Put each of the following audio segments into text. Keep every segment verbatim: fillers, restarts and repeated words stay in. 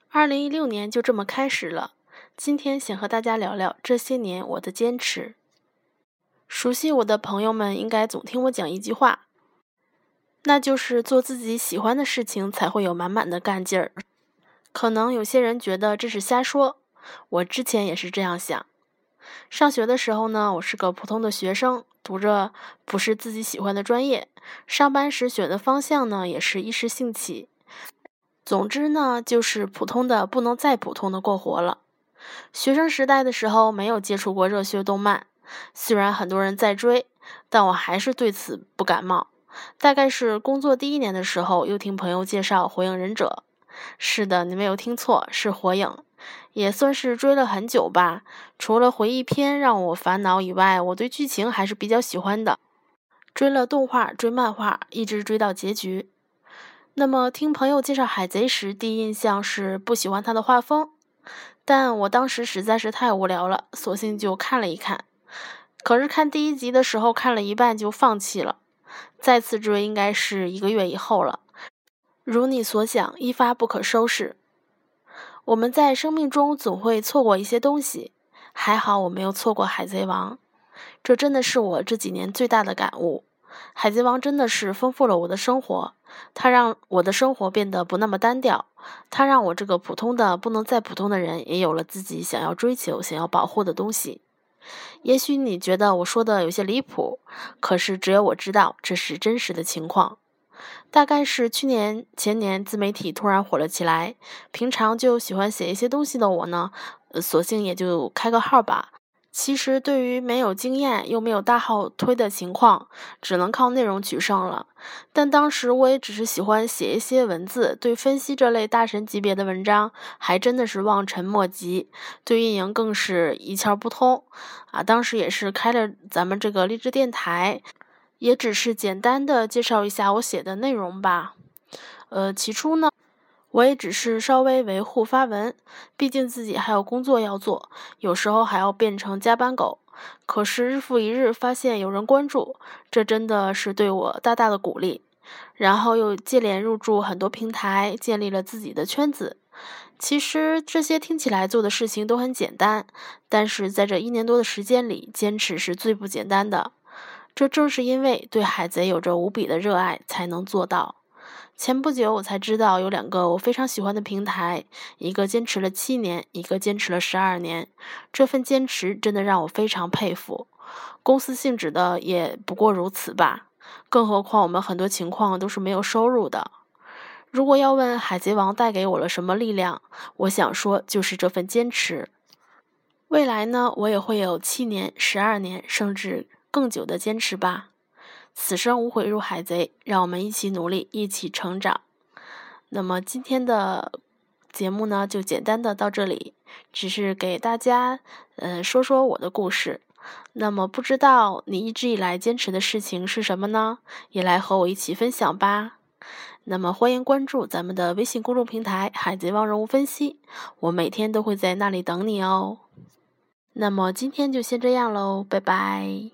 二零一六年就这么开始了，今天想和大家聊聊这些年我的坚持。熟悉我的朋友们应该总听我讲一句话，那就是做自己喜欢的事情才会有满满的干劲儿。可能有些人觉得这是瞎说，我之前也是这样想。上学的时候呢，我是个普通的学生，读着不是自己喜欢的专业，上班时选的方向呢也是一时兴起。总之呢，就是普通的不能再普通的过活了。学生时代的时候没有接触过热血动漫，虽然很多人在追，但我还是对此不感冒。大概是工作第一年的时候，又听朋友介绍《火影忍者》。是的，你没有听错，是火影。也算是追了很久吧，除了回忆篇让我烦恼以外，我对剧情还是比较喜欢的。追了动画，追漫画，一直追到结局。那么听朋友介绍海贼时，第一印象是不喜欢他的画风，但我当时实在是太无聊了，索性就看了一看。可是看第一集的时候，看了一半就放弃了。再次追应该是一个月以后了。如你所想，一发不可收拾。我们在生命中总会错过一些东西，还好我没有错过海贼王。这真的是我这几年最大的感悟。海贼王真的是丰富了我的生活，它让我的生活变得不那么单调，它让我这个普通的不能再普通的人也有了自己想要追求想要保护的东西。也许你觉得我说的有些离谱，可是只有我知道这是真实的情况。大概是去年前年自媒体突然火了起来，平常就喜欢写一些东西的我呢，呃，索性也就开个号吧。其实对于没有经验又没有大号推的情况，只能靠内容取胜了。但当时我也只是喜欢写一些文字，对分析这类大神级别的文章还真的是望尘莫及，对运营更是一窍不通啊！当时也是开了咱们这个励志电台，也只是简单的介绍一下我写的内容吧。呃，起初呢，我也只是稍微维护发文，毕竟自己还有工作要做，有时候还要变成加班狗。可是日复一日发现有人关注，这真的是对我大大的鼓励。然后又接连入驻很多平台，建立了自己的圈子。其实这些听起来做的事情都很简单，但是在这一年多的时间里，坚持是最不简单的。这正是因为对海贼有着无比的热爱，才能做到。前不久我才知道有两个我非常喜欢的平台，一个坚持了七年，一个坚持了十二年。这份坚持真的让我非常佩服。公司性质的也不过如此吧，更何况我们很多情况都是没有收入的。如果要问海贼王带给我了什么力量，我想说就是这份坚持。未来呢，我也会有七年、十二年，甚至更久的坚持吧。此生无悔入海贼，让我们一起努力，一起成长。那么今天的节目呢，就简单的到这里，只是给大家呃说说我的故事。那么不知道你一直以来坚持的事情是什么呢？也来和我一起分享吧。那么欢迎关注咱们的微信公众平台海贼王人物分析，我每天都会在那里等你哦。那么今天就先这样喽，拜拜。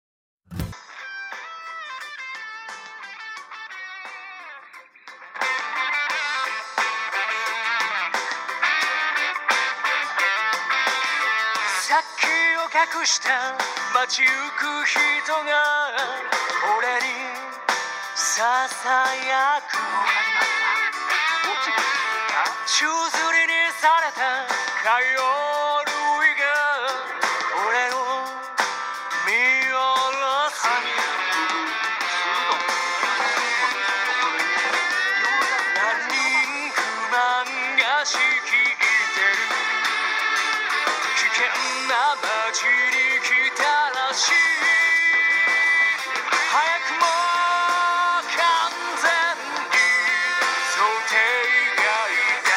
さっきを隠した街行く人が俺にささやく宙吊りにされた海洋類が俺を見下ろす何人不満が敷いてる危険な街に来たらしい早くも完全に想定外だ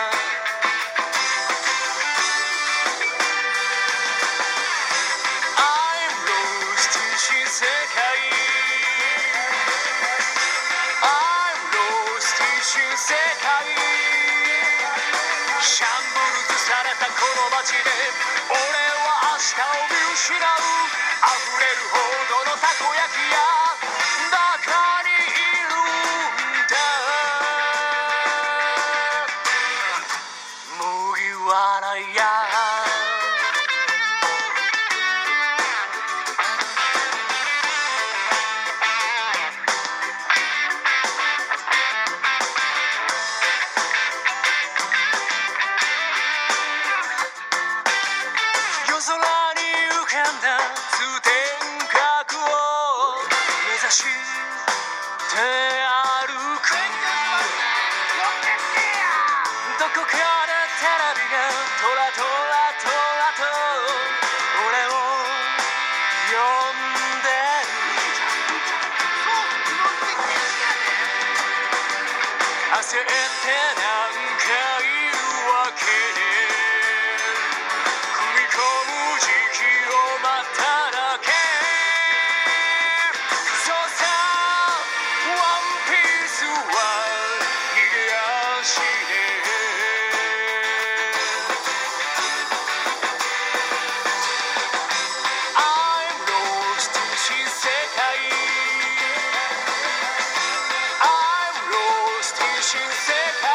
I'm lost 新世界I'm lost 新世界シャンブルズされたこの街で俺は明日を見失う溢れるほどのたこ焼き屋中にいるんだ笑いや夜空に浮かんだ通天閣を目指して歩くどこかでテレビがトラトラトラと俺を呼んでる焦ってなんか言うわけで踏み込む時期を待っただけそうさワンピースは逃げ足でI'm lost 新世界 I'm lost 新世界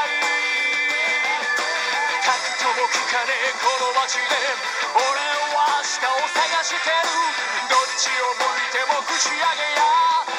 タクトも聞かねえこの街で俺は明日を探してるどっちを向いても口上げや